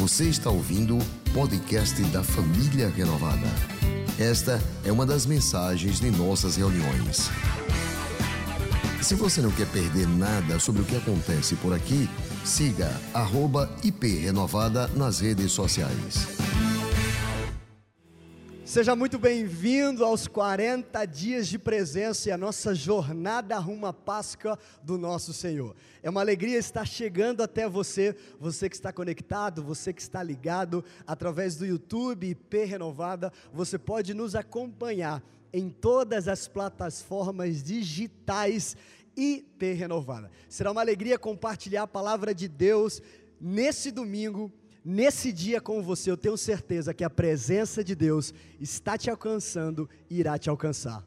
Você está ouvindo o podcast da Família Renovada. Esta é uma das mensagens de nossas reuniões. Se você não quer perder nada sobre o que acontece por aqui, siga @IPRenovada nas redes sociais. Seja muito bem-vindo aos 40 dias de presença e a nossa jornada rumo à Páscoa do nosso Senhor. É uma alegria estar chegando até você, você que está conectado, você que está ligado através do YouTube IP Renovada. Você pode nos acompanhar em todas as plataformas digitais IP Renovada. Será uma alegria compartilhar a palavra de Deus nesse domingo. Nesse dia com você, eu tenho certeza que a presença de Deus está te alcançando e irá te alcançar.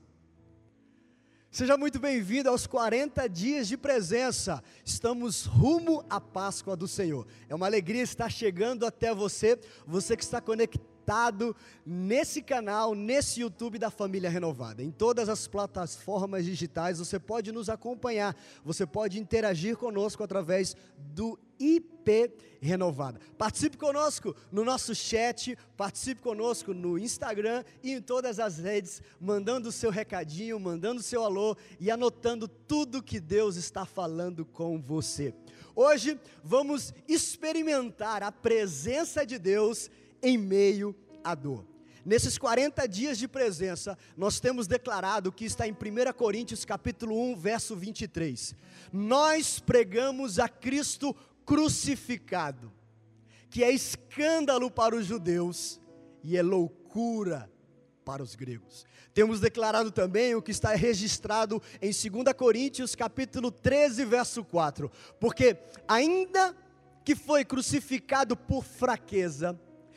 Seja muito bem-vindo aos 40 dias de presença. Estamos rumo à Páscoa do Senhor. É uma alegria estar chegando até você, você que está conectado nesse canal, nesse YouTube da Família Renovada. Em todas as plataformas digitais, você pode nos acompanhar, você pode interagir conosco através do IP Renovada. Participe conosco no nosso chat, participe conosco no Instagram e em todas as redes, mandando o seu recadinho, mandando o seu alô e anotando tudo que Deus está falando com você. Hoje vamos experimentar a presença de Deus em meio à dor. Nesses 40 dias de presença, nós temos declarado que está em 1 Coríntios capítulo 1, verso 23. Nós pregamos a Cristo crucificado, que é escândalo para os judeus e é loucura para os gregos. Temos declarado também o que está registrado em 2 Coríntios capítulo 13, verso 4. Porque ainda que foi crucificado por fraqueza,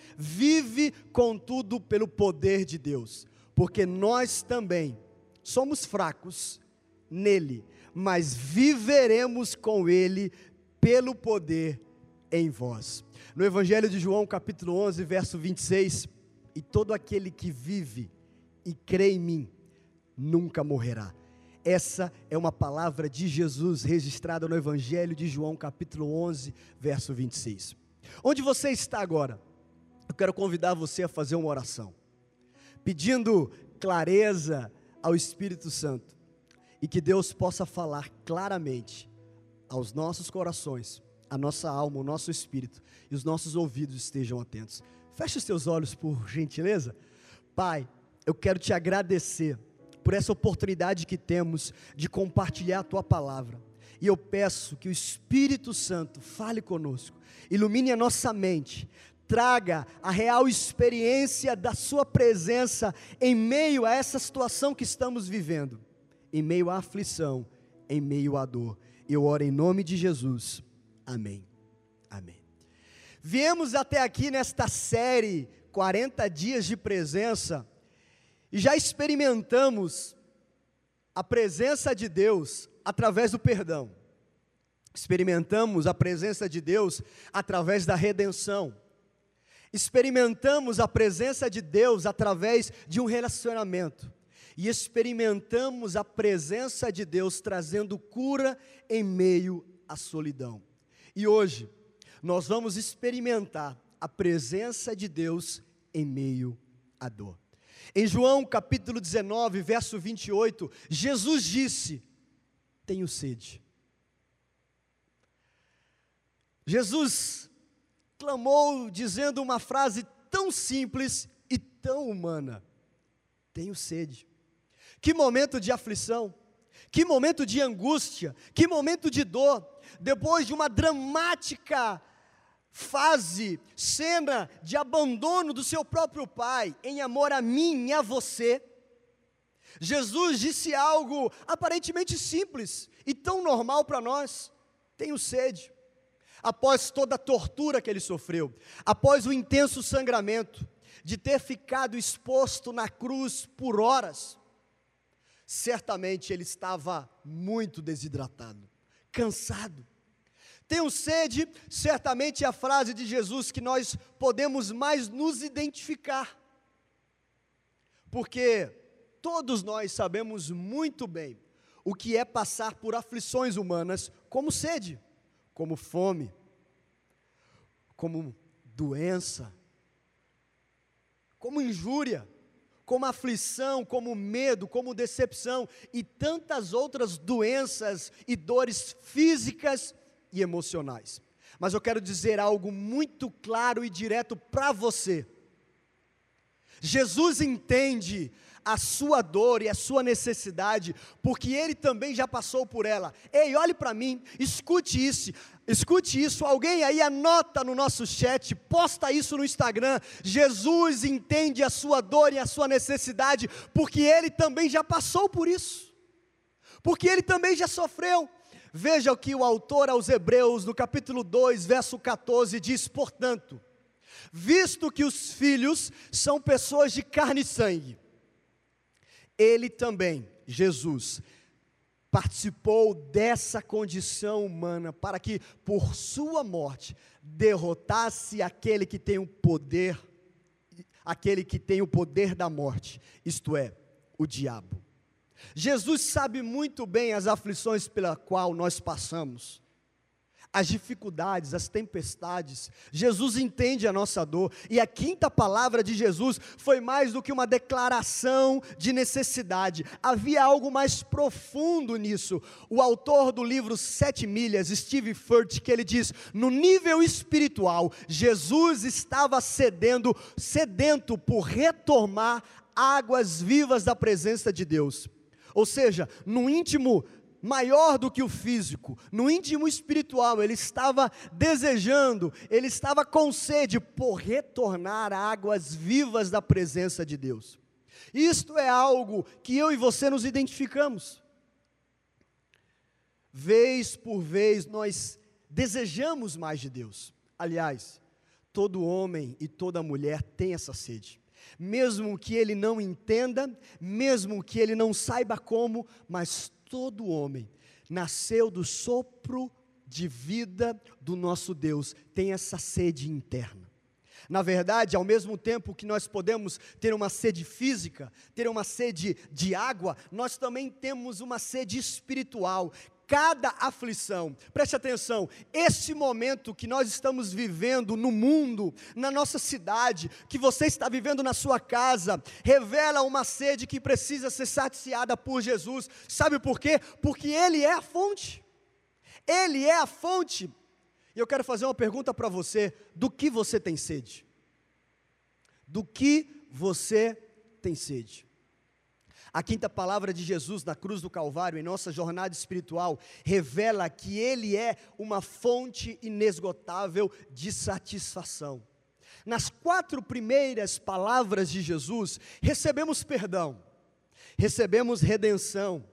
vive contudo pelo poder de Deus. Porque nós também somos fracos nele, mas viveremos com ele pelo poder em vós. No Evangelho de João, capítulo 11, verso 26, e todo aquele que vive e crê em mim, nunca morrerá. Essa é uma palavra de Jesus registrada no Evangelho de João, capítulo 11, verso 26. Onde você está agora? Eu quero convidar você a fazer uma oração, pedindo clareza ao Espírito Santo, e que Deus possa falar claramente aos nossos corações, a nossa alma, o nosso espírito, e os nossos ouvidos estejam atentos. Feche os teus olhos, por gentileza. Pai, eu quero te agradecer por essa oportunidade que temos de compartilhar a tua palavra, e eu peço que o Espírito Santo fale conosco, ilumine a nossa mente, traga a real experiência da sua presença em meio a essa situação que estamos vivendo, em meio à aflição, em meio à dor. Eu oro em nome de Jesus, amém, amém. Viemos até aqui nesta série, 40 dias de presença, e já experimentamos a presença de Deus através do perdão, experimentamos a presença de Deus através da redenção, experimentamos a presença de Deus através de um relacionamento, e experimentamos a presença de Deus trazendo cura em meio à solidão. E hoje, nós vamos experimentar a presença de Deus em meio à dor. Em João capítulo 19, verso 28, Jesus disse: tenho sede. Jesus clamou dizendo uma frase tão simples e tão humana: tenho sede. Que momento de aflição, que momento de angústia, que momento de dor, depois de uma dramática cena de abandono do seu próprio Pai, em amor a mim e a você, Jesus disse algo aparentemente simples e tão normal para nós: tenho sede. Após toda a tortura que ele sofreu, após o intenso sangramento, de ter ficado exposto na cruz por horas, certamente ele estava muito desidratado, cansado. Tenho sede, certamente é a frase de Jesus que nós podemos mais nos identificar, porque todos nós sabemos muito bem o que é passar por aflições humanas, como sede, como fome, como doença, como injúria, como aflição, como medo, como decepção e tantas outras doenças e dores físicas e emocionais. Mas eu quero dizer algo muito claro e direto para você. Jesus entende a sua dor e a sua necessidade, porque Ele também já passou por ela. Ei, olhe para mim, escute isso, alguém aí anota no nosso chat, posta isso no Instagram. Jesus entende a sua dor e a sua necessidade, porque Ele também já passou por isso, porque Ele também já sofreu. Veja o que o autor aos Hebreus, no capítulo 2, verso 14, diz: portanto, visto que os filhos são pessoas de carne e sangue, Ele também, Jesus, participou dessa condição humana, para que por sua morte, derrotasse aquele que tem o poder da morte, isto é, o diabo. Jesus sabe muito bem as aflições pela qual nós passamos, as dificuldades, as tempestades. Jesus entende a nossa dor, e a quinta palavra de Jesus foi mais do que uma declaração de necessidade, havia algo mais profundo nisso. O autor do livro 7 Milhas, Steve Furt, que ele diz: no nível espiritual, Jesus estava sedento por retomar águas vivas da presença de Deus, ou seja, no íntimo maior do que o físico, no íntimo espiritual, ele estava desejando, ele estava com sede por retornar a águas vivas da presença de Deus. Isto é algo que eu e você nos identificamos. Vez por vez nós desejamos mais de Deus. Aliás, todo homem e toda mulher tem essa sede. Mesmo que ele não entenda, mesmo que ele não saiba como, mas todo homem nasceu do sopro de vida do nosso Deus, tem essa sede interna. Na verdade, ao mesmo tempo que nós podemos ter uma sede física, ter uma sede de água, nós também temos uma sede espiritual. Cada aflição, preste atenção, esse momento que nós estamos vivendo no mundo, na nossa cidade, que você está vivendo na sua casa, revela uma sede que precisa ser saciada por Jesus. Sabe por quê? Porque Ele é a fonte. Ele é a fonte. E eu quero fazer uma pergunta para você: do que você tem sede? Do que você tem sede? A quinta palavra de Jesus na cruz do Calvário, em nossa jornada espiritual, revela que Ele é uma fonte inesgotável de satisfação. Nas 4 primeiras palavras de Jesus, recebemos perdão, recebemos redenção,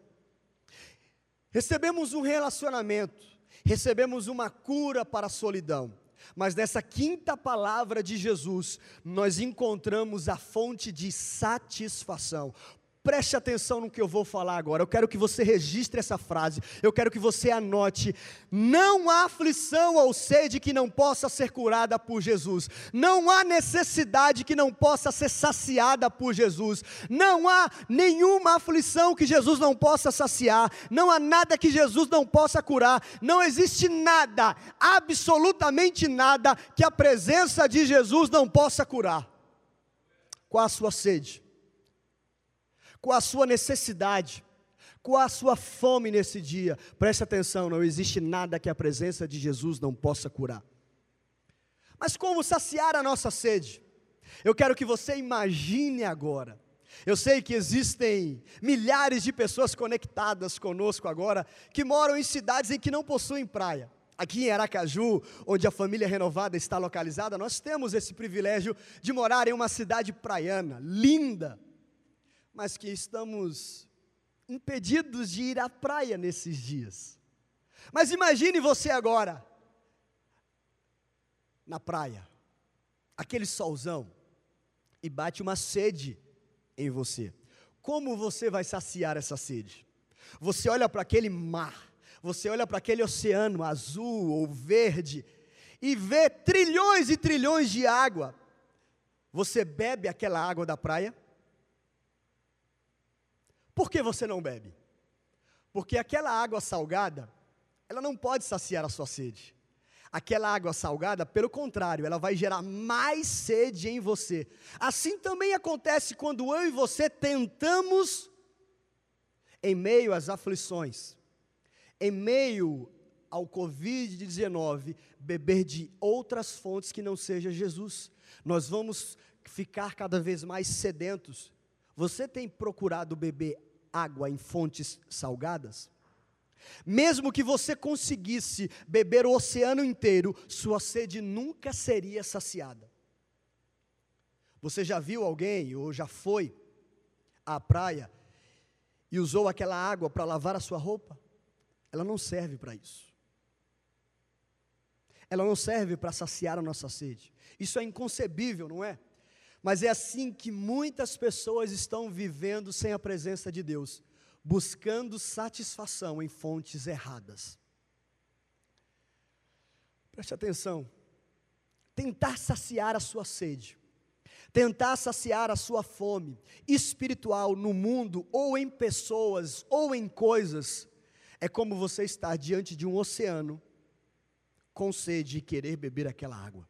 recebemos um relacionamento, recebemos uma cura para a solidão. Mas nessa quinta palavra de Jesus, nós encontramos a fonte de satisfação. Preste atenção no que eu vou falar agora. Eu quero que você registre essa frase, eu quero que você anote: não há aflição ou sede que não possa ser curada por Jesus, não há necessidade que não possa ser saciada por Jesus, não há nenhuma aflição que Jesus não possa saciar, não há nada que Jesus não possa curar, não existe nada, absolutamente nada, que a presença de Jesus não possa curar. Qual a sua sede? Qual a sua necessidade? Qual a sua fome nesse dia? Preste atenção, não existe nada que a presença de Jesus não possa curar. Mas como saciar a nossa sede? Eu quero que você imagine agora. Eu sei que existem milhares de pessoas conectadas conosco agora, que moram em cidades em que não possuem praia. Aqui em Aracaju, onde a família renovada está localizada, nós temos esse privilégio de morar em uma cidade praiana, linda, mas que estamos impedidos de ir à praia nesses dias. Mas imagine você agora, na praia, aquele solzão, e bate uma sede em você. Como você vai saciar essa sede? Você olha para aquele mar, você olha para aquele oceano azul ou verde, e vê trilhões e trilhões de água. Você bebe aquela água da praia? Por que você não bebe? Porque aquela água salgada, ela não pode saciar a sua sede. aquela água salgada, pelo contrário, ela vai gerar mais sede em você. Assim também acontece quando eu e você tentamos, em meio às aflições, em meio ao Covid-19, beber de outras fontes que não seja Jesus. Nós vamos ficar cada vez mais sedentos. Você tem procurado beber água em fontes salgadas? Mesmo que você conseguisse beber o oceano inteiro, sua sede nunca seria saciada. Você já viu alguém, ou já foi à praia, e usou aquela água para lavar a sua roupa? Ela não serve para isso. Ela não serve para saciar a nossa sede. Isso é inconcebível, não é? Mas é assim que muitas pessoas estão vivendo sem a presença de Deus, buscando satisfação em fontes erradas. Preste atenção. Tentar saciar a sua sede, tentar saciar a sua fome espiritual no mundo, ou em pessoas, ou em coisas, é como você estar diante de um oceano, com sede e querer beber aquela água.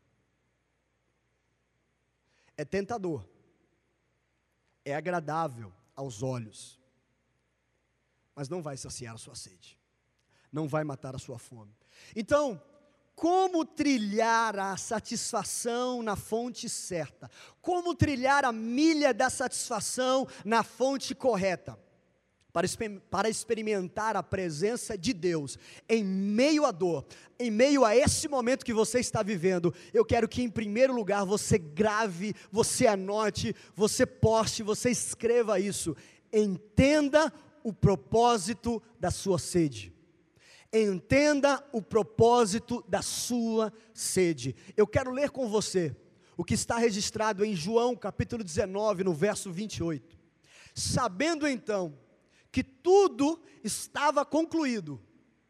É tentador, é agradável aos olhos, mas não vai saciar a sua sede, não vai matar a sua fome. Então, como trilhar a satisfação na fonte certa? Como trilhar a milha da satisfação na fonte correta? Para experimentar a presença de Deus em meio à dor, em meio a esse momento que você está vivendo, eu quero que em primeiro lugar você grave, você anote, você poste, você escreva isso. Entenda o propósito da sua sede. Entenda o propósito da sua sede. Eu quero ler com você o que está registrado em João capítulo 19, no verso 28. Sabendo então que tudo estava concluído,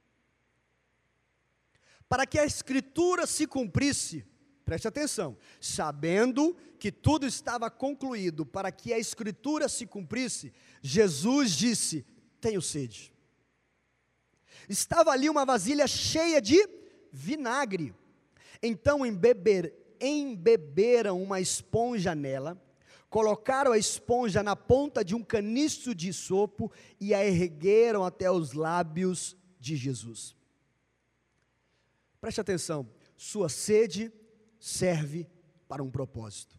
para que a Escritura se cumprisse, preste atenção, sabendo que tudo estava concluído, para que a Escritura se cumprisse, Jesus disse: tenho sede. Estava ali uma vasilha cheia de vinagre, então embeberam uma esponja nela, colocaram a esponja na ponta de um caniço de isopo e a ergueram até os lábios de Jesus. Preste atenção, sua sede serve para um propósito.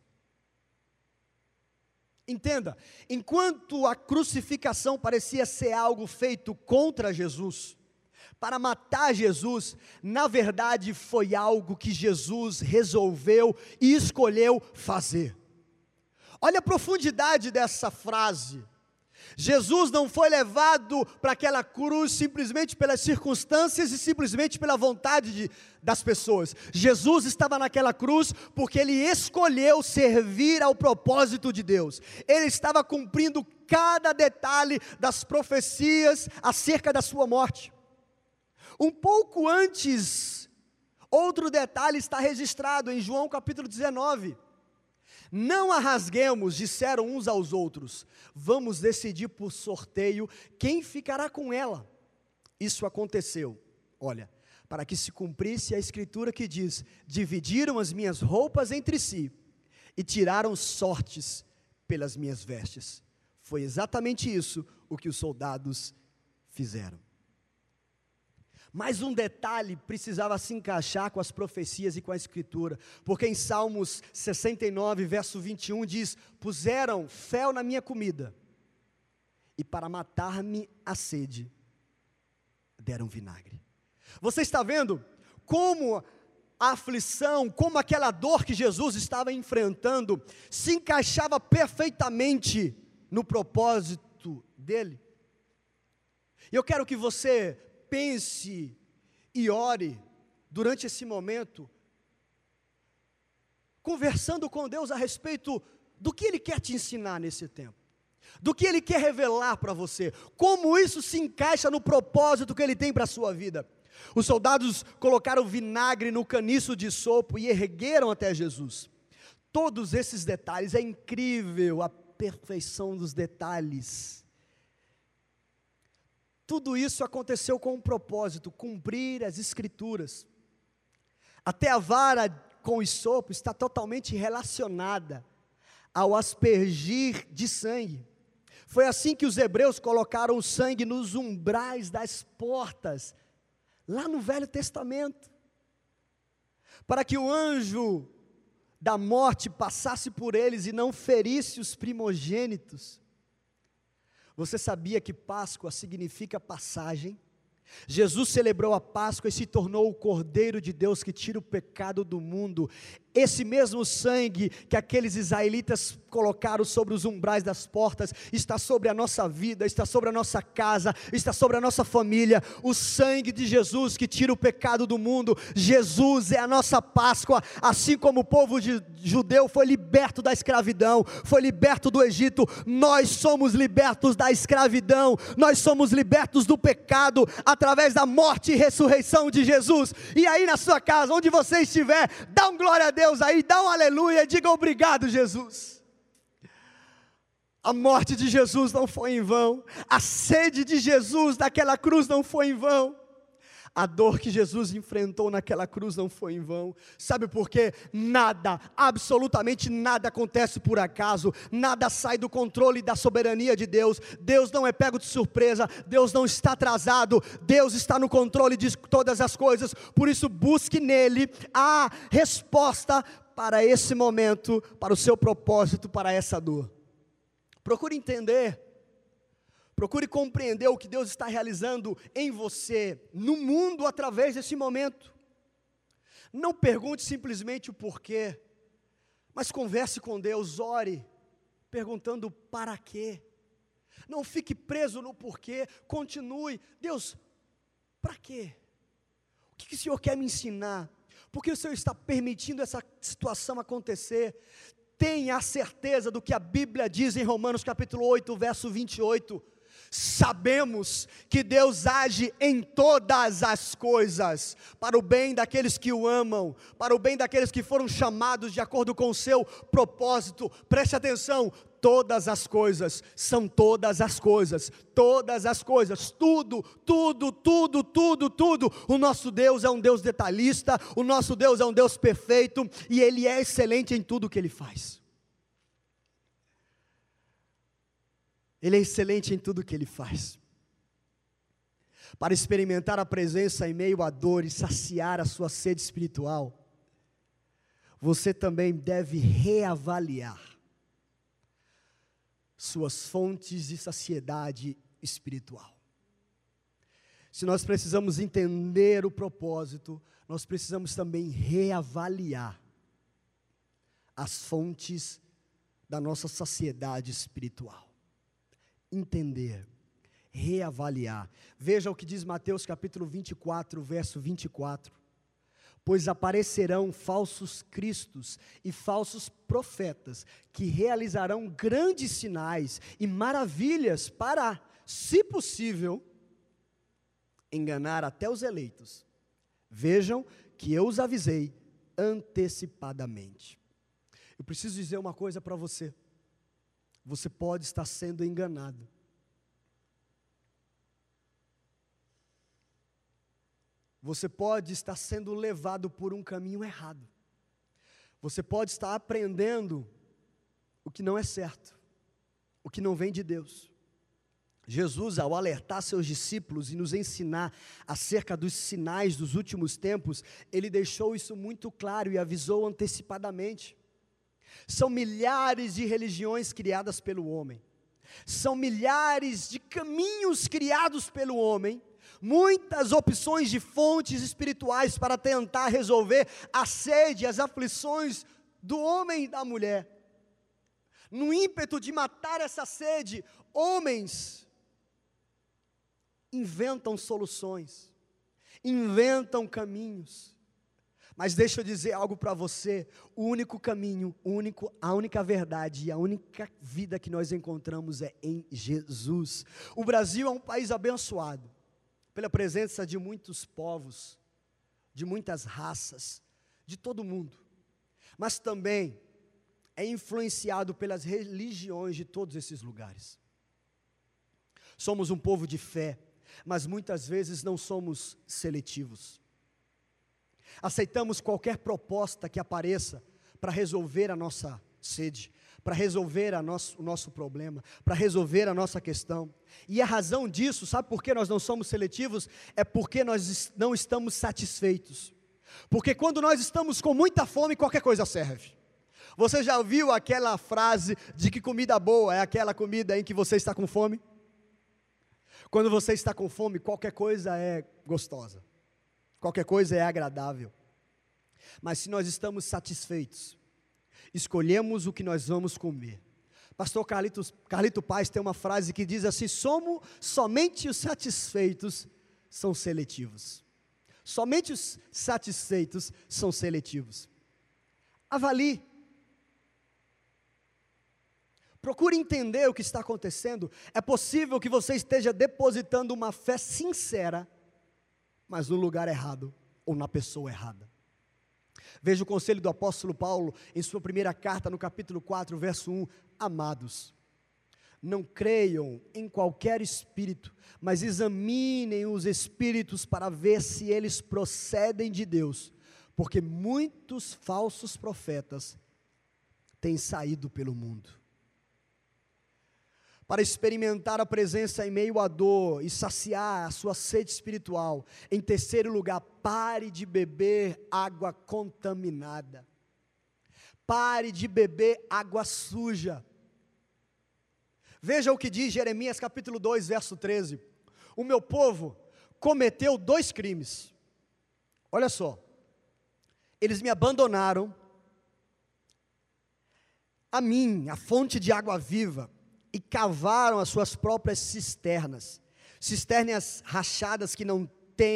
Entenda, enquanto a crucificação parecia ser algo feito contra Jesus, para matar Jesus, na verdade foi algo que Jesus resolveu e escolheu fazer. Olha a profundidade dessa frase. Jesus não foi levado para aquela cruz simplesmente pelas circunstâncias e simplesmente pela vontade das pessoas. Jesus estava naquela cruz porque ele escolheu servir ao propósito de Deus. Ele estava cumprindo cada detalhe das profecias acerca da sua morte. Um pouco antes, outro detalhe está registrado em João capítulo 19. Não a rasguemos, disseram uns aos outros, vamos decidir por sorteio quem ficará com ela. Isso aconteceu, olha, para que se cumprisse a escritura que diz: dividiram as minhas roupas entre si e tiraram sortes pelas minhas vestes. Foi exatamente isso o que os soldados fizeram. Mas um detalhe precisava se encaixar com as profecias e com a Escritura, porque em Salmos 69, verso 21 diz: puseram fel na minha comida, e para matar-me a sede, deram vinagre. Você está vendo como a aflição, como aquela dor que Jesus estava enfrentando, se encaixava perfeitamente no propósito dele? E eu quero que você pense e ore durante esse momento, conversando com Deus a respeito do que Ele quer te ensinar nesse tempo, do que Ele quer revelar para você, como isso se encaixa no propósito que Ele tem para a sua vida. Os soldados colocaram vinagre no caniço de isopo e ergueram até Jesus. Todos esses detalhes, é incrível a perfeição dos detalhes. Tudo isso aconteceu com um propósito: cumprir as Escrituras. Até a vara com o sopo está totalmente relacionada ao aspergir de sangue. Foi assim que os hebreus colocaram o sangue nos umbrais das portas, lá no Velho Testamento, para que o anjo da morte passasse por eles e não ferisse os primogênitos. Você sabia que Páscoa significa passagem? Jesus celebrou a Páscoa e se tornou o Cordeiro de Deus que tira o pecado do mundo. Esse mesmo sangue que aqueles israelitas colocaram sobre os umbrais das portas, está sobre a nossa vida, está sobre a nossa casa, está sobre a nossa família. O sangue de Jesus que tira o pecado do mundo. Jesus é a nossa Páscoa, assim como o povo judeu foi liberto da escravidão, foi liberto do Egito. Nós somos libertos da escravidão, nós somos libertos do pecado, através da morte e ressurreição de Jesus. E aí na sua casa, onde você estiver, dá um glória a Deus aí, dá um aleluia, diga obrigado, Jesus. A morte de Jesus não foi em vão, a sede de Jesus naquela cruz não foi em vão, a dor que Jesus enfrentou naquela cruz não foi em vão. Sabe por quê? Nada, absolutamente nada acontece por acaso, nada sai do controle da soberania de Deus. Deus não é pego de surpresa, Deus não está atrasado, Deus está no controle de todas as coisas. Por isso busque nele a resposta para esse momento, para o seu propósito, para essa dor. Procure entender, procure compreender o que Deus está realizando em você, no mundo, através desse momento. Não pergunte simplesmente o porquê, mas converse com Deus, ore, perguntando para quê. Não fique preso no porquê, continue. Deus, para quê? O que o Senhor quer me ensinar? Por que o Senhor está permitindo essa situação acontecer? Tenha a certeza do que a Bíblia diz em Romanos capítulo 8, verso 28. Sabemos que Deus age em todas as coisas, para o bem daqueles que o amam, para o bem daqueles que foram chamados de acordo com o seu propósito. Preste atenção, todas as coisas, são todas as coisas, tudo, o nosso Deus é um Deus detalhista, o nosso Deus é um Deus perfeito, e Ele é excelente em tudo que Ele faz. Ele é excelente em tudo que Ele faz. Para experimentar a presença em meio à dor e saciar a sua sede espiritual, você também deve reavaliar suas fontes de saciedade espiritual. Se nós precisamos entender o propósito, nós precisamos também reavaliar as fontes da nossa saciedade espiritual. Entender, reavaliar. Veja o que diz Mateus capítulo 24, verso 24. Pois aparecerão falsos cristos e falsos profetas, que realizarão grandes sinais e maravilhas para, se possível, enganar até os eleitos. Vejam que eu os avisei antecipadamente. Eu preciso dizer uma coisa para você. Você pode estar sendo enganado. Você pode estar sendo levado por um caminho errado. Você pode estar aprendendo o que não é certo, o que não vem de Deus. Jesus, ao alertar seus discípulos e nos ensinar acerca dos sinais dos últimos tempos, Ele deixou isso muito claro e avisou antecipadamente. São milhares de religiões criadas pelo homem, são milhares de caminhos criados pelo homem, muitas opções de fontes espirituais para tentar resolver a sede, as aflições do homem e da mulher. No ímpeto de matar essa sede, homens inventam soluções, inventam caminhos. Mas deixa eu dizer algo para você, o único caminho, a única verdade e a única vida que nós encontramos é em Jesus. O Brasil é um país abençoado, pela presença de muitos povos, de muitas raças, de todo mundo, mas também é influenciado pelas religiões de todos esses lugares. Somos um povo de fé, mas muitas vezes não somos seletivos. aceitamos qualquer proposta que apareça para resolver a nossa sede, para resolver o nosso problema, para resolver a nossa questão. E a razão disso, sabe por que nós não somos seletivos? É porque nós não estamos satisfeitos. Porque quando nós estamos com muita fome, qualquer coisa serve. Você já ouviu aquela frase de que comida boa é aquela comida em que você está com fome? Quando você está com fome, qualquer coisa é gostosa, qualquer coisa é agradável. Mas se nós estamos satisfeitos, escolhemos o que nós vamos comer. Pastor Carlito Paz tem uma frase que diz assim: somente os satisfeitos são seletivos. Somente os satisfeitos são seletivos. Avalie. Procure entender o que está acontecendo. É possível que você esteja depositando uma fé sincera, mas no lugar errado, ou na pessoa errada. Veja o conselho do apóstolo Paulo, em sua primeira carta, no capítulo 4, verso 1. Amados, não creiam em qualquer espírito, mas examinem os espíritos para ver se eles procedem de Deus, porque muitos falsos profetas têm saído pelo mundo. Para experimentar a presença em meio à dor e saciar a sua sede espiritual. Em terceiro lugar, pare de beber água contaminada. Pare de beber água suja. Veja o que diz Jeremias capítulo 2, verso 13. O meu povo cometeu 2 crimes. Olha só. Eles me abandonaram, a mim, a fonte de água viva, e cavaram as suas próprias cisternas rachadas que não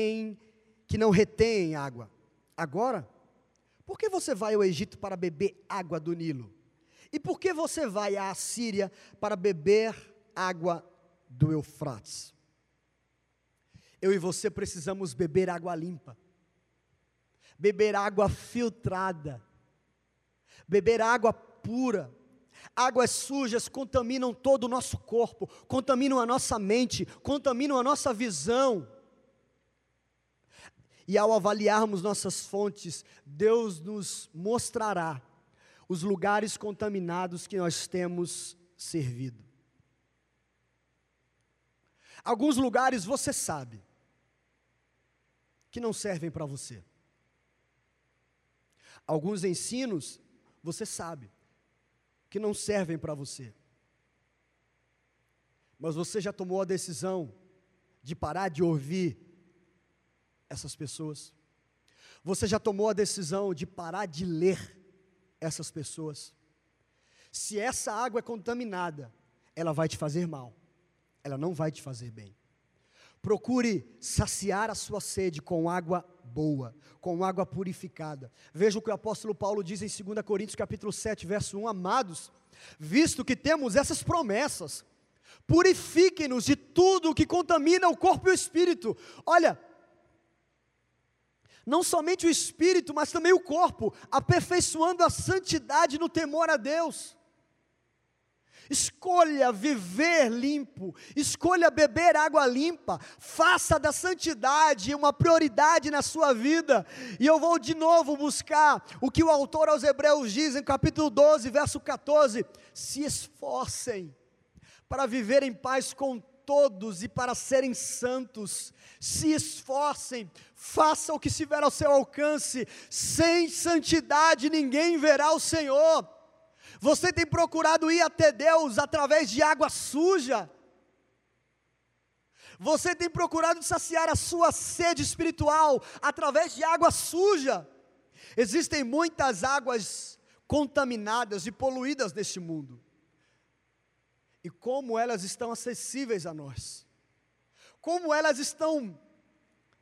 retêm água. Agora, por que você vai ao Egito para beber água do Nilo? E por que você vai à Assíria para beber água do Eufrates? Eu e você precisamos beber água limpa, beber água filtrada, beber água pura. Águas sujas contaminam todo o nosso corpo, contaminam a nossa mente, contaminam a nossa visão. E ao avaliarmos nossas fontes, Deus nos mostrará os lugares contaminados que nós temos servido. Alguns lugares você sabe que não servem para você. Alguns ensinos você sabe que não servem para você. Mas você já tomou a decisão de parar de ouvir essas pessoas? Você já tomou a decisão de parar de ler essas pessoas? Se essa água é contaminada, ela vai te fazer mal, ela não vai te fazer bem. Procure saciar a sua sede com água boa, com água purificada. Veja o que o apóstolo Paulo diz em 2 Coríntios capítulo 7, verso 1. Amados, visto que temos essas promessas, purifiquem-nos de tudo o que contamina o corpo e o espírito. Olha, não somente o espírito, mas também o corpo, aperfeiçoando a santidade no temor a Deus. Escolha viver limpo, escolha beber água limpa, faça da santidade uma prioridade na sua vida. E eu vou de novo buscar o que o autor aos Hebreus diz em capítulo 12, verso 14: se esforcem para viver em paz com todos e para serem santos. Se esforcem, faça o que estiver ao seu alcance. Sem santidade ninguém verá o Senhor. Você tem procurado ir até Deus através de água suja? Você tem procurado saciar a sua sede espiritual através de água suja? Existem muitas águas contaminadas e poluídas neste mundo. E como elas estão acessíveis a nós? Como elas estão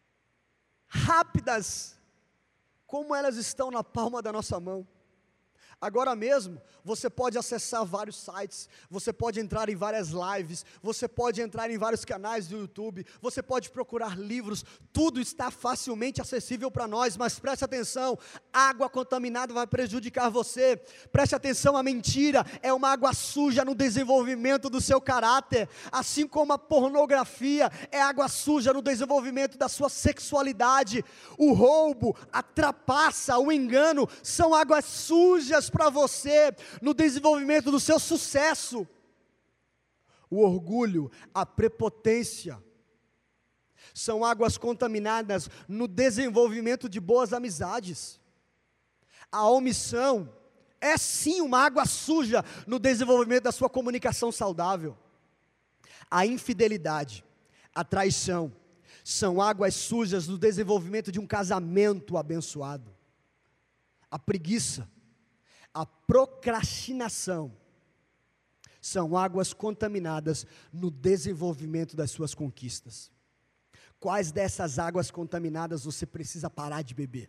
rápidas? Como elas estão na palma da nossa mão? Agora mesmo, você pode acessar vários sites, você pode entrar em várias lives, você pode entrar em vários canais do YouTube, você pode procurar livros, tudo está facilmente acessível para nós, mas preste atenção, água contaminada vai prejudicar você, preste atenção, a mentira é uma água suja no desenvolvimento do seu caráter, assim como a pornografia é água suja no desenvolvimento da sua sexualidade, o roubo, a trapaça, o engano, são águas sujas para você, no desenvolvimento do seu sucesso. O orgulho, a prepotência, são águas contaminadas no desenvolvimento de boas amizades. A omissão é sim uma água suja no desenvolvimento da sua comunicação saudável. A infidelidade, a traição, são águas sujas no desenvolvimento de um casamento abençoado. A preguiça, a procrastinação, são águas contaminadas no desenvolvimento das suas conquistas. Quais dessas águas contaminadas você precisa parar de beber?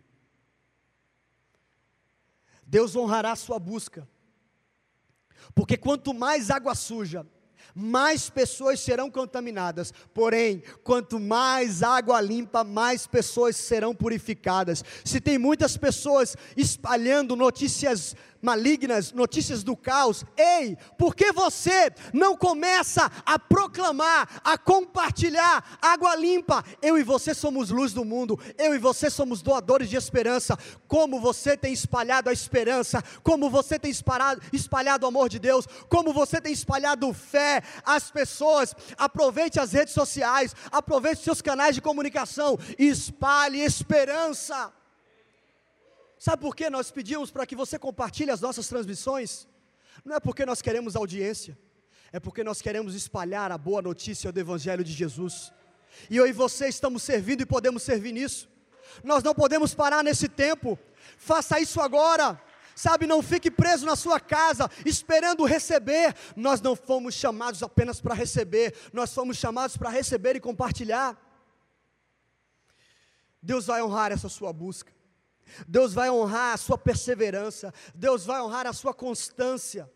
Deus honrará a sua busca, porque quanto mais água suja, mais pessoas serão contaminadas, porém, quanto mais água limpa, mais pessoas serão purificadas. Se tem muitas pessoas espalhando notícias malignas, notícias do caos, ei, por que você não começa a proclamar, a compartilhar água limpa? Eu e você somos luz do mundo, eu e você somos doadores de esperança. Como você tem espalhado a esperança, como você tem espalhado o amor de Deus, como você tem espalhado fé às pessoas. Aproveite as redes sociais, aproveite seus canais de comunicação, espalhe esperança. Sabe por que nós pedimos para que você compartilhe as nossas transmissões? Não é porque nós queremos audiência, é porque nós queremos espalhar a boa notícia do Evangelho de Jesus, e eu e você estamos servindo e podemos servir nisso. Nós não podemos parar nesse tempo, faça isso agora, sabe, não fique preso na sua casa, esperando receber. Nós não fomos chamados apenas para receber, nós fomos chamados para receber e compartilhar. Deus vai honrar essa sua busca, Deus vai honrar a sua perseverança, Deus vai honrar a sua constância,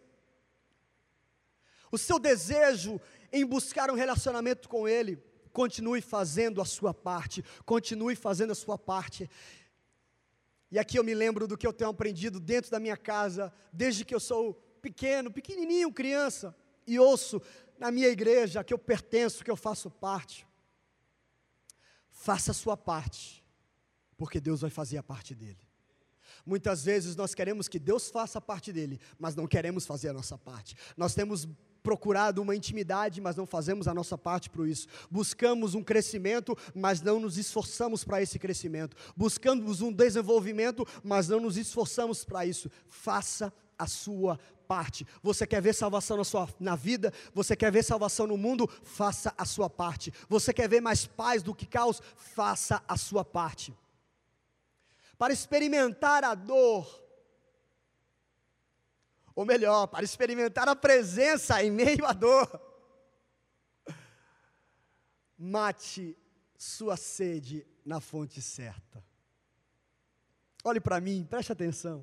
o seu desejo em buscar um relacionamento com Ele. Continue fazendo a sua parte, continue fazendo a sua parte. E aqui eu me lembro do que eu tenho aprendido dentro da minha casa, desde que eu sou pequenininho, criança, e ouço na minha igreja que eu pertenço, que eu faço parte. Faça a sua parte, porque Deus vai fazer a parte dele. Muitas vezes nós queremos que Deus faça a parte dele, mas não queremos fazer a nossa parte. Nós temos procurado uma intimidade, mas não fazemos a nossa parte para isso. Buscamos um crescimento, mas não nos esforçamos para esse crescimento. Buscamos um desenvolvimento, mas não nos esforçamos para isso. Faça a sua parte. Você quer ver salvação na vida? Você quer ver salvação no mundo? Faça a sua parte. Você quer ver mais paz do que caos? Faça a sua parte. Para experimentar a dor, ou melhor, para experimentar a presença em meio à dor, mate sua sede na fonte certa. Olhe para mim, preste atenção.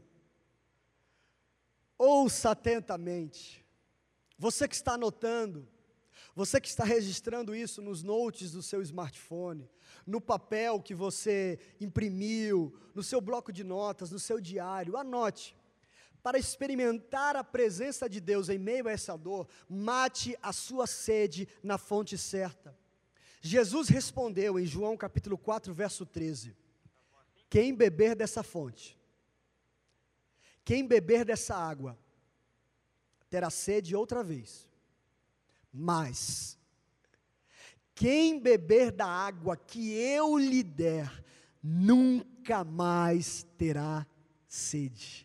Ouça atentamente. Você que está anotando, você que está registrando isso nos notes do seu smartphone, no papel que você imprimiu, no seu bloco de notas, no seu diário, anote. Para experimentar a presença de Deus em meio a essa dor, mate a sua sede na fonte certa. Jesus respondeu em João capítulo 4, verso 13, quem beber dessa fonte, quem beber dessa água, terá sede outra vez, mas quem beber da água que eu lhe der, nunca mais terá sede.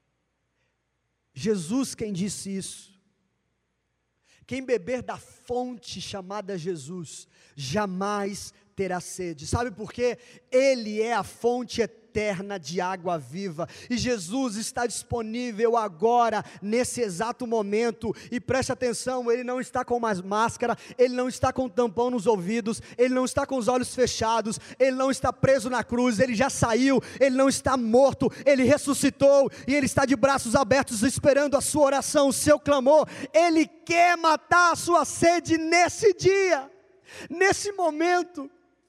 Jesus quem disse isso. Quem beber da fonte chamada Jesus, jamais terá sede. Sabe por quê? Ele é a fonte eterna eterna de água viva. E Jesus está disponível agora, nesse exato momento. E preste atenção, Ele não está com mais máscara, Ele não está com tampão nos ouvidos, Ele não está com os olhos fechados, Ele não está preso na cruz, Ele já saiu, Ele não está morto, Ele ressuscitou, e Ele está de braços abertos esperando a sua oração, o seu clamor. Ele quer matar a sua sede nesse dia, nesse momento.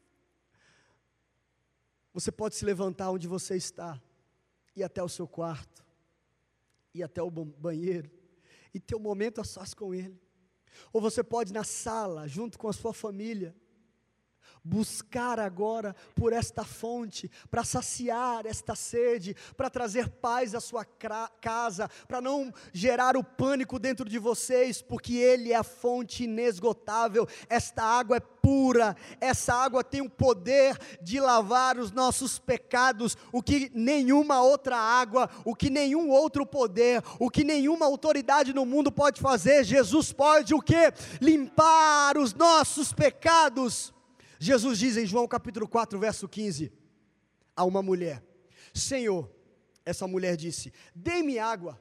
Você pode se levantar onde você está, ir até o seu quarto, ir até o banheiro, e ter um momento a sós com Ele. Ou você pode ir na sala, junto com a sua família, buscar agora por esta fonte, para saciar esta sede, para trazer paz à sua casa, para não gerar o pânico dentro de vocês, porque Ele é a fonte inesgotável. Esta água é pura, essa água tem o poder de lavar os nossos pecados, o que nenhuma outra água, o que nenhum outro poder, o que nenhuma autoridade no mundo pode fazer. Jesus pode o quê? Limpar os nossos pecados. Jesus diz em João capítulo 4, verso 15, a uma mulher: Senhor, essa mulher disse, dê-me água,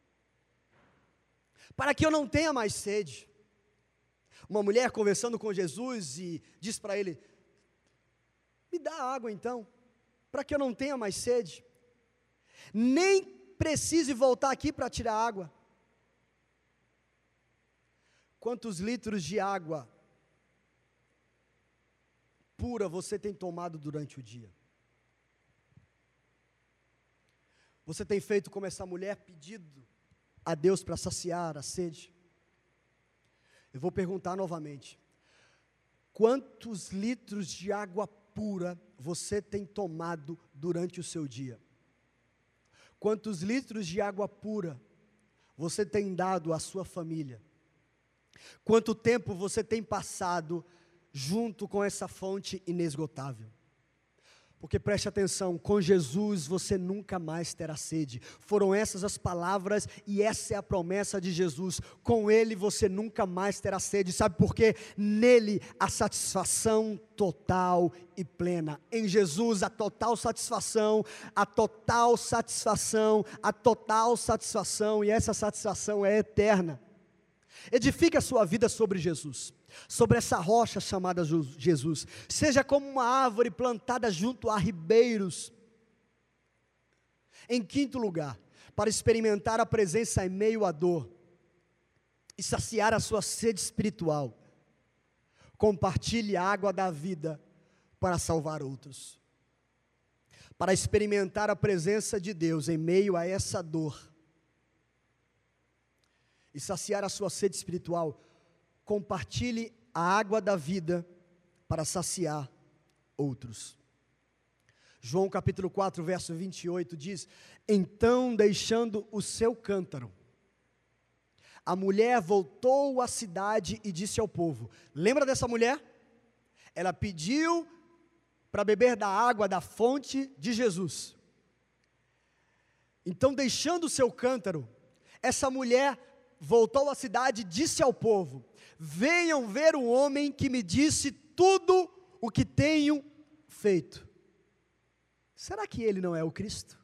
para que eu não tenha mais sede. Uma mulher conversando com Jesus e diz para ele: me dá água então, para que eu não tenha mais sede, nem precise voltar aqui para tirar água. Quantos litros de água pura você tem tomado durante o dia? Você tem feito como essa mulher, pedido a Deus para saciar a sede? Eu vou perguntar novamente: quantos litros de água pura você tem tomado durante o seu dia? Quantos litros de água pura você tem dado à sua família? Quanto tempo você tem passado junto com essa fonte inesgotável? Porque preste atenção, com Jesus você nunca mais terá sede. Foram essas as palavras e essa é a promessa de Jesus. Com Ele você nunca mais terá sede. Sabe por quê? Nele a satisfação total e plena. Em Jesus a total satisfação, a total satisfação, a total satisfação, e essa satisfação é eterna. Edifique a sua vida sobre Jesus, sobre essa rocha chamada Jesus. Seja como uma árvore plantada junto a ribeiros. Em quinto lugar, para experimentar a presença em meio à dor e saciar a sua sede espiritual, compartilhe a água da vida para salvar outros. Para experimentar a presença de Deus em meio a essa dor e saciar a sua sede espiritual, compartilhe a água da vida para saciar outros. João capítulo 4, verso 28 diz: então, deixando o seu cântaro, a mulher voltou à cidade e disse ao povo. Lembra dessa mulher? Ela pediu para beber da água da fonte de Jesus. Então, deixando o seu cântaro, essa mulher voltou à cidade e disse ao povo: venham ver o homem que me disse tudo o que tenho feito. Será que ele não é o Cristo?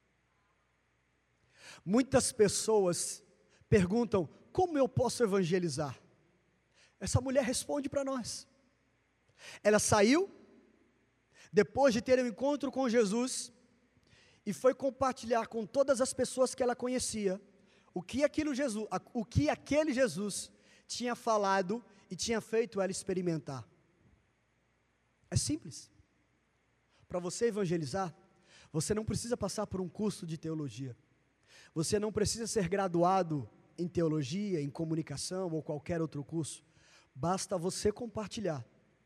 Muitas pessoas perguntam: como eu posso evangelizar? Essa mulher responde para nós. Ela saiu, depois de ter um encontro com Jesus, e foi compartilhar com todas as pessoas que ela conhecia o que aquele Jesus tinha falado e tinha feito ela experimentar. É simples. Para você evangelizar, você não precisa passar por um curso de teologia. Você não precisa ser graduado em teologia, em comunicação ou qualquer outro curso. Basta você compartilhar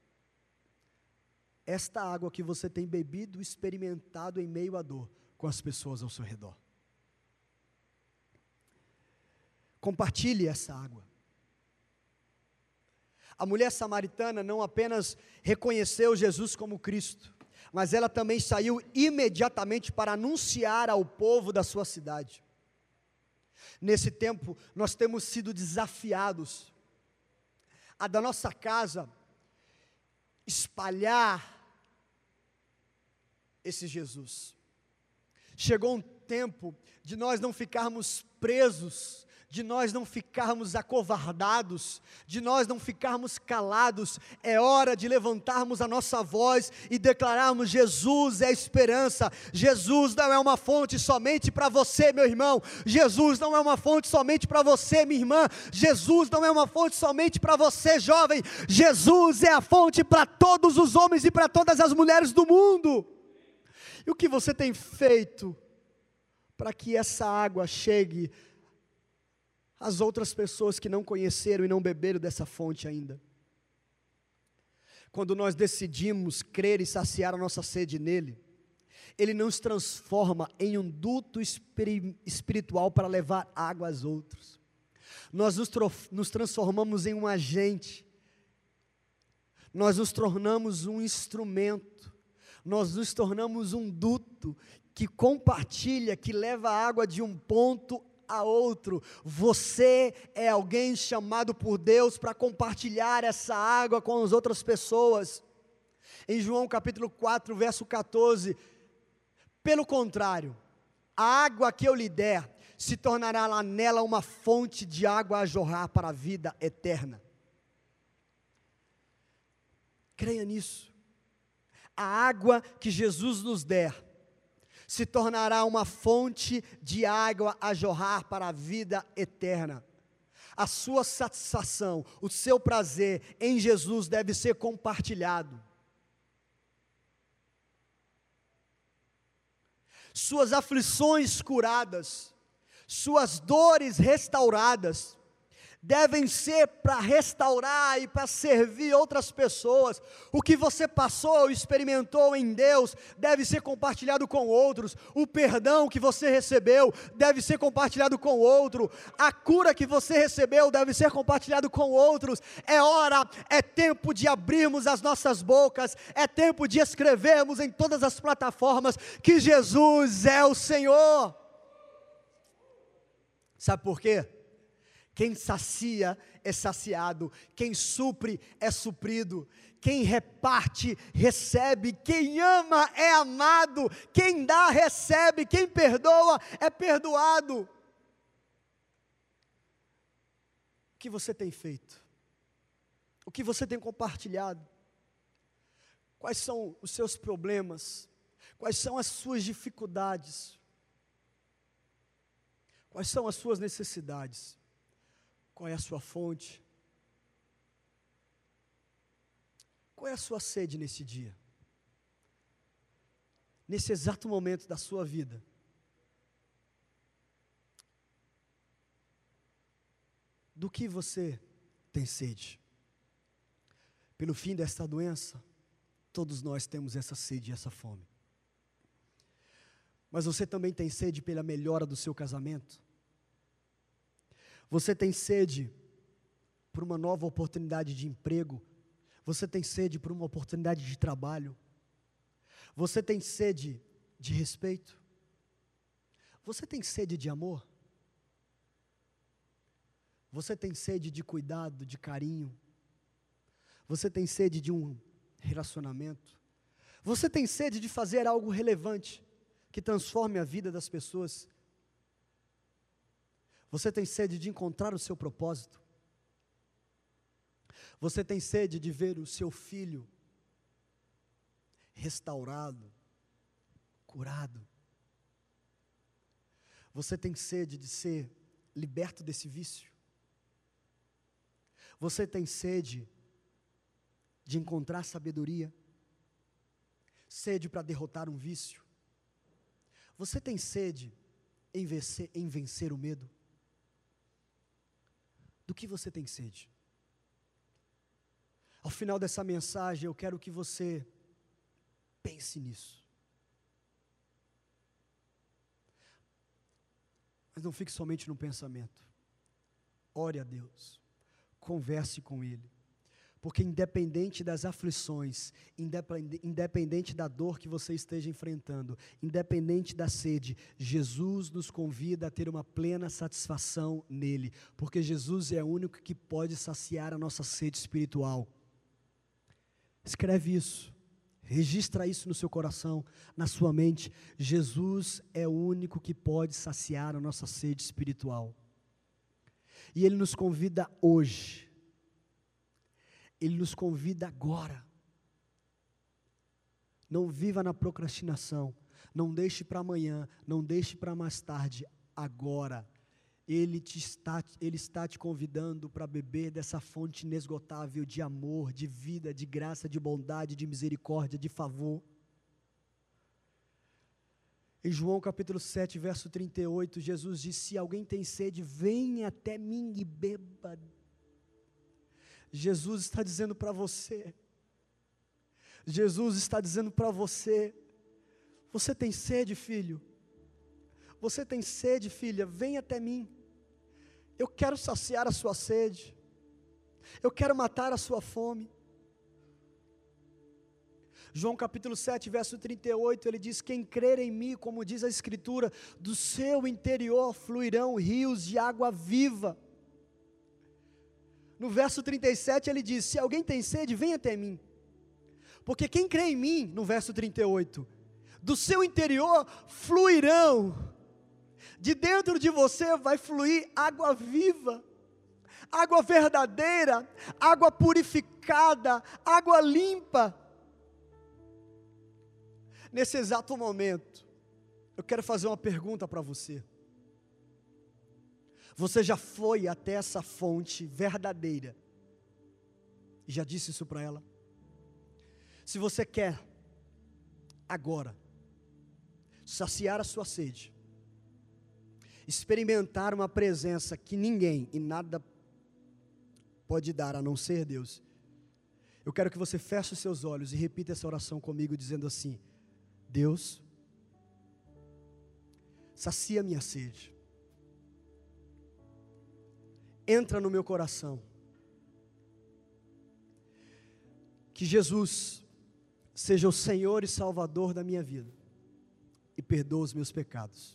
esta água que você tem bebido, experimentado em meio à dor, com as pessoas ao seu redor. Compartilhe essa água. A mulher samaritana não apenas reconheceu Jesus como Cristo, mas ela também saiu imediatamente para anunciar ao povo da sua cidade. Nesse tempo, nós temos sido desafiados a da nossa casa espalhar esse Jesus. Chegou um tempo de nós não ficarmos presos, de nós não ficarmos acovardados, de nós não ficarmos calados. É hora de levantarmos a nossa voz e declararmos: Jesus é a esperança. Jesus não é uma fonte somente para você, meu irmão. Jesus não é uma fonte somente para você, minha irmã. Jesus não é uma fonte somente para você, jovem. Jesus é a fonte para todos os homens e para todas as mulheres do mundo. E o que você tem feito para que essa água chegue às outras pessoas que não conheceram e não beberam dessa fonte ainda? Quando nós decidimos crer e saciar a nossa sede nele, ele nos transforma em um duto espiritual para levar água aos outros. Nós nos transformamos em um agente, nós nos tornamos um instrumento, nós nos tornamos um duto que compartilha, que leva a água de um ponto a outro. Você é alguém chamado por Deus para compartilhar essa água com as outras pessoas. Em João capítulo 4, verso 14, pelo contrário, a água que eu lhe der, se tornará lá nela uma fonte de água a jorrar para a vida eterna. Creia nisso. A água que Jesus nos der, se tornará uma fonte de água a jorrar para a vida eterna. A sua satisfação, o seu prazer em Jesus deve ser compartilhado. Suas aflições curadas, suas dores restauradas, devem ser para restaurar e para servir outras pessoas. O que você passou ou experimentou em Deus deve ser compartilhado com outros. O perdão que você recebeu deve ser compartilhado com outro. A cura que você recebeu deve ser compartilhado com outros. É hora, é tempo de abrirmos as nossas bocas, é tempo de escrevermos em todas as plataformas que Jesus é o Senhor. Sabe por quê? Quem sacia é saciado, quem supre é suprido, quem reparte, recebe, quem ama é amado, quem dá, recebe, quem perdoa é perdoado. O que você tem feito? O que você tem compartilhado? Quais são os seus problemas? Quais são as suas dificuldades? Quais são as suas necessidades? Qual é a sua fonte? Qual é a sua sede nesse dia? Nesse exato momento da sua vida? Do que você tem sede? Pelo fim desta doença, todos nós temos essa sede e essa fome. Mas você também tem sede pela melhora do seu casamento? Você tem sede por uma nova oportunidade de emprego? Você tem sede por uma oportunidade de trabalho? Você tem sede de respeito? Você tem sede de amor? Você tem sede de cuidado, de carinho? Você tem sede de um relacionamento? Você tem sede de fazer algo relevante, que transforme a vida das pessoas? Você tem sede de encontrar o seu propósito? Você tem sede de ver o seu filho restaurado, curado? Você tem sede de ser liberto desse vício? Você tem sede de encontrar sabedoria? Sede para derrotar um vício? Você tem sede em vencer o medo? Do que você tem sede? Ao final dessa mensagem, eu quero que você pense nisso. Mas não fique somente no pensamento. Ore a Deus, converse com Ele, porque independente das aflições, independente da dor que você esteja enfrentando, independente da sede, Jesus nos convida a ter uma plena satisfação nele, porque Jesus é o único que pode saciar a nossa sede espiritual. Escreve isso, Registra isso no seu coração, na sua mente. Jesus é o único que pode saciar a nossa sede espiritual. E Ele nos convida hoje. Ele nos convida agora. Não viva na procrastinação. Não deixe para amanhã. Não deixe para mais tarde. Agora. Ele está te convidando para beber dessa fonte inesgotável de amor, de vida, de graça, de bondade, de misericórdia, de favor. Em João capítulo 7, verso 38, Jesus disse: se alguém tem sede, venha até mim e beba. Jesus está dizendo para você, você tem sede, filho? Você tem sede, filha? Vem até mim. Eu quero saciar a sua sede. Eu quero matar a sua fome. João capítulo 7, verso 38, ele diz: quem crer em mim, como diz a Escritura, do seu interior fluirão rios de água viva. No verso 37 ele diz: se alguém tem sede, vem até mim. Porque quem crê em mim, no verso 38, do seu interior fluirão. De dentro de você vai fluir água viva, água verdadeira, água purificada, água limpa. Nesse exato momento, eu quero fazer uma pergunta para você. Você já foi até essa fonte verdadeira e já disse isso para ela? Se você quer, agora, saciar a sua sede, experimentar uma presença que ninguém e nada pode dar a não ser Deus, eu quero que você feche os seus olhos e repita essa oração comigo, dizendo assim: Deus, sacia minha sede, entra no meu coração, que Jesus seja o Senhor e Salvador da minha vida, e perdoa os meus pecados.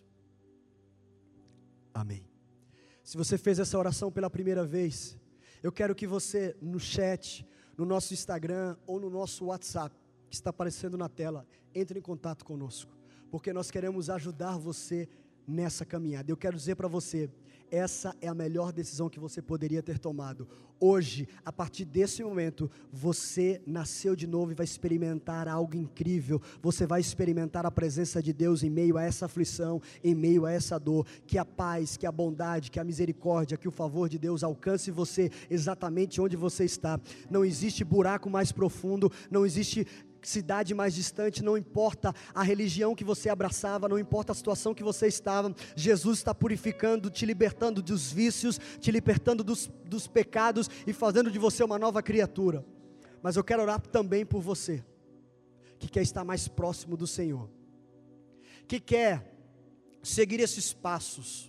Amém. Se você fez essa oração pela primeira vez, eu quero que você, no chat, no nosso Instagram ou no nosso WhatsApp, que está aparecendo na tela, entre em contato conosco, porque nós queremos ajudar você nessa caminhada. Eu quero dizer para você, essa é a melhor decisão que você poderia ter tomado. Hoje, a partir desse momento, você nasceu de novo e vai experimentar algo incrível. Você vai experimentar a presença de Deus em meio a essa aflição, em meio a essa dor. Que a paz, que a bondade, que a misericórdia, que o favor de Deus alcance você exatamente onde você está. Não existe buraco mais profundo, não existe cidade mais distante, não importa a religião que você abraçava, não importa a situação que você estava, Jesus está purificando, te libertando dos vícios, te libertando dos pecados e fazendo de você uma nova criatura. Mas eu quero orar também por você, que quer estar mais próximo do Senhor, que quer seguir esses passos,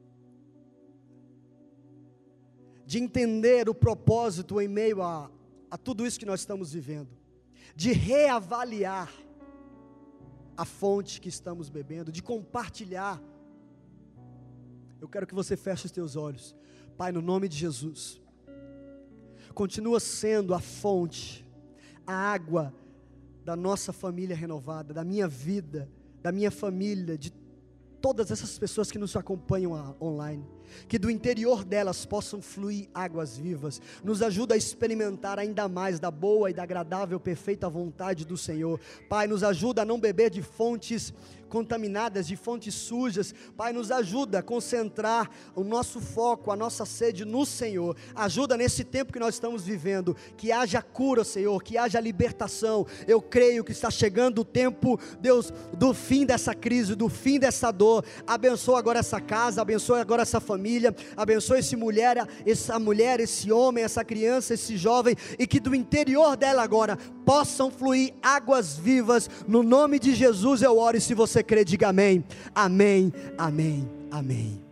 de entender o propósito em meio a tudo isso que nós estamos vivendo, de reavaliar a fonte que estamos bebendo, de compartilhar. Eu quero que você feche os teus olhos. Pai, no nome de Jesus, continua sendo a fonte, a água da nossa família renovada, da minha vida, da minha família, de todas essas pessoas que nos acompanham online, que do interior delas possam fluir águas vivas. Nos ajuda a experimentar ainda mais da boa e da agradável, perfeita vontade do Senhor. Pai, nos ajuda a não beber de fontes contaminadas, de fontes sujas. Pai, nos ajuda a concentrar o nosso foco, a nossa sede no Senhor. Ajuda nesse tempo que nós estamos vivendo, que haja cura, Senhor, que haja libertação. Eu creio que está chegando o tempo, Deus, do fim dessa crise, do fim dessa dor. Abençoa agora essa casa, abençoa agora essa família, abençoa essa mulher, esse homem, essa criança, esse jovem, e que do interior dela agora possam fluir águas vivas. No nome de Jesus eu oro, e se você crê, diga amém, amém, amém, amém.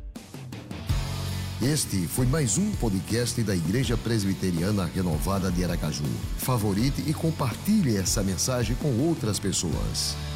Este foi mais um podcast da Igreja Presbiteriana Renovada de Aracaju. Favorite e compartilhe essa mensagem com outras pessoas.